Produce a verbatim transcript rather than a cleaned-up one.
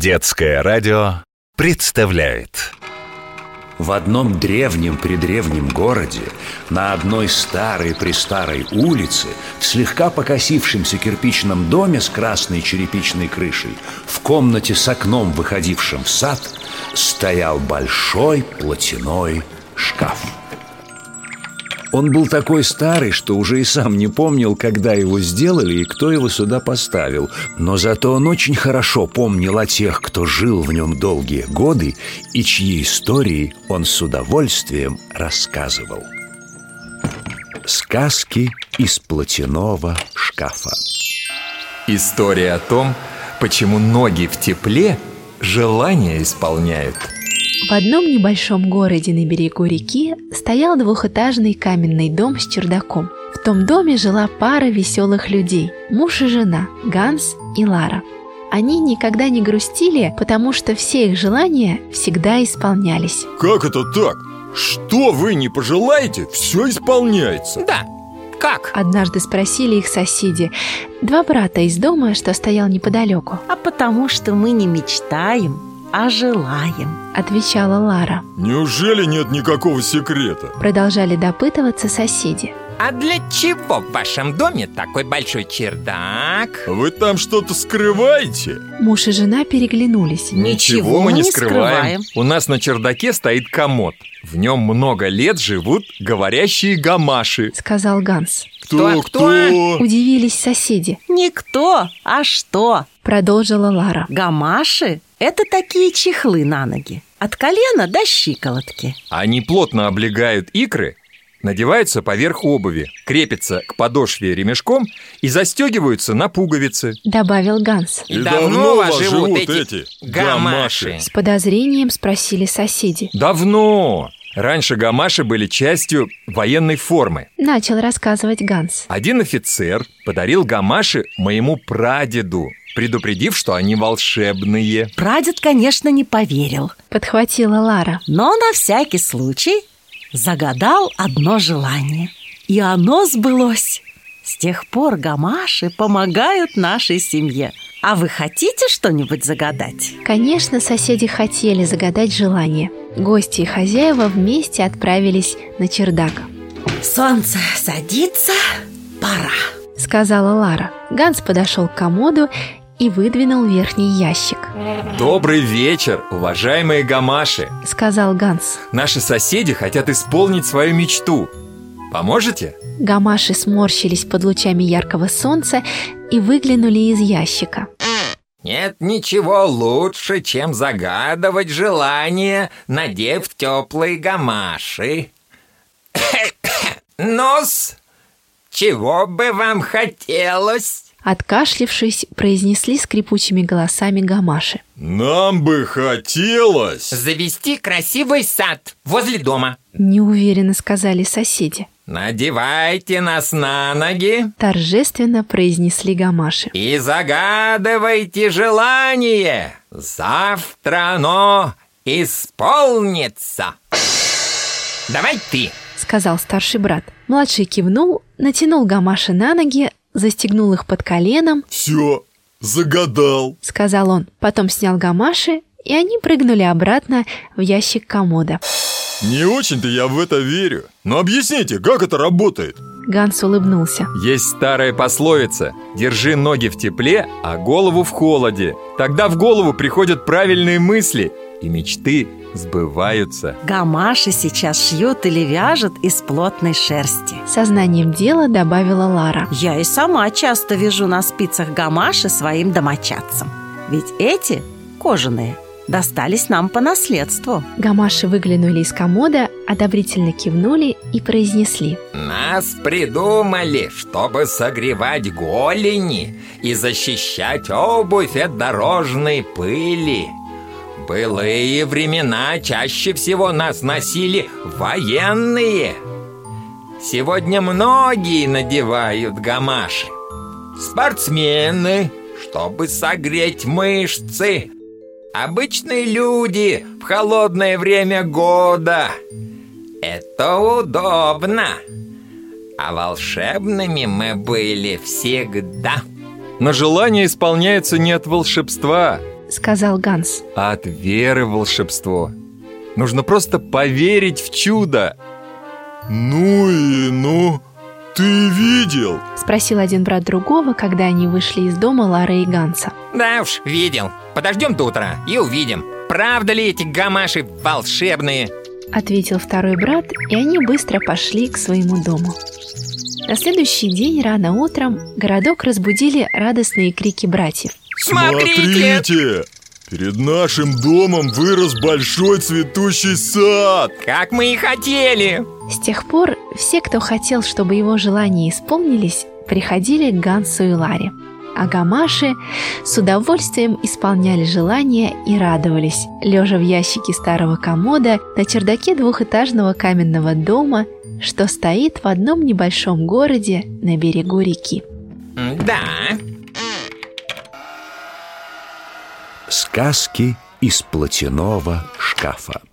Детское радио представляет. В одном древнем-предревнем городе, на одной старой-престарой улице, в слегка покосившемся кирпичном доме с красной черепичной крышей, в комнате с окном, выходившим в сад, стоял большой платяной шкаф. Он был такой старый, что уже и сам не помнил, когда его сделали и кто его сюда поставил. Но зато он очень хорошо помнил о тех, кто жил в нем долгие годы и чьи истории он с удовольствием рассказывал. Сказки из платяного шкафа. История о том, почему ноги в тепле желания исполняют. В одном небольшом городе на берегу реки стоял двухэтажный каменный дом с чердаком. В том доме жила пара веселых людей – муж и жена, Ганс и Лара. Они никогда не грустили, потому что все их желания всегда исполнялись. Как это так? Что вы не пожелаете, все исполняется. Да, как? Однажды спросили их соседи, два брата из дома, что стоял неподалеку. А потому что мы не мечтаем, а желаем, отвечала Лара. Неужели нет никакого секрета? Продолжали допытываться соседи. А для чего в вашем доме такой большой чердак? Вы там что-то скрываете? Муж и жена переглянулись. Ничего мы не, не скрываем. скрываем. У нас на чердаке стоит комод. В нем много лет живут говорящие гамаши, сказал Ганс. Кто, Кто, кто? Удивились соседи. Никто, а что? Продолжила Лара. Гамаши – это такие чехлы на ноги, от колена до щиколотки. Они плотно облегают икры, надеваются поверх обуви, крепятся к подошве ремешком и застегиваются на пуговицы, Добавил Ганс. И давно у вас живут эти гамаши? С подозрением спросили соседи. Давно! Раньше гамаши были частью военной формы. Начал рассказывать Ганс. Один офицер подарил гамаши моему прадеду, предупредив, что они волшебные. Прадед, конечно, не поверил, Подхватила Лара. но на всякий случай загадал одно желание. И оно сбылось. С тех пор гамаши помогают нашей семье. А вы хотите что-нибудь загадать? Конечно, соседи хотели загадать желание. Гости и хозяева вместе отправились на чердак. Солнце садится, пора, Сказала Лара. Ганс подошел к комоду и выдвинул верхний ящик. Добрый вечер, уважаемые гамаши! Сказал Ганс. Наши соседи хотят исполнить свою мечту. Поможете? Гамаши сморщились под лучами яркого солнца и выглянули из ящика. Нет ничего лучше, чем загадывать желание, надев теплые гамаши. Ну-с, чего бы вам хотелось? Откашлившись, произнесли скрипучими голосами гамаши. Нам бы хотелось. Завести красивый сад возле дома. Неуверенно сказали соседи. Надевайте нас на ноги Торжественно произнесли гамаши. и загадывайте желание. Завтра оно исполнится. Давай ты. Сказал старший брат. Младший кивнул, натянул гамаши на ноги, застегнул их под коленом, Все, загадал. сказал он. Потом снял гамаши, и они прыгнули обратно в ящик комода. Не очень-то я в это верю. Но объясните, как это работает? Ганс улыбнулся. Есть старая пословица: «Держи ноги в тепле, а голову в холоде». Тогда в голову приходят правильные мысли, и мечты сбываются. гамаши сейчас шьют или вяжут из плотной шерсти. Сознанием дела добавила Лара. Я и сама часто вяжу на спицах гамаши своим домочадцам. Ведь эти, кожаные, достались нам по наследству. Гамаши выглянули из комода, одобрительно кивнули и произнесли. Нас придумали, чтобы согревать голени и защищать обувь от дорожной пыли. В былые времена чаще всего нас носили военные. Сегодня многие надевают гамаши. Спортсмены, чтобы согреть мышцы. Обычные люди в холодное время года. Это удобно. А волшебными мы были всегда. Но желание исполняется не от волшебства. сказал Ганс. От веры в волшебство. Нужно просто поверить в чудо. Ну и ну, ты видел? Спросил один брат другого, когда они вышли из дома Лары и Ганса. Да уж, видел. Подождем до утра и увидим, правда ли эти гамаши волшебные. Ответил второй брат, и они быстро пошли к своему дому. На следующий день рано утром городок разбудили радостные крики братьев. Смотрите! Смотрите! Перед нашим домом вырос большой цветущий сад! Как мы и хотели! С тех пор все, кто хотел, чтобы его желания исполнились, приходили к Гансу и Ларе. А гамаши с удовольствием исполняли желания и радовались, лежа в ящике старого комода на чердаке двухэтажного каменного дома, что стоит в одном небольшом городе на берегу реки. Да. Сказки из платяного шкафа.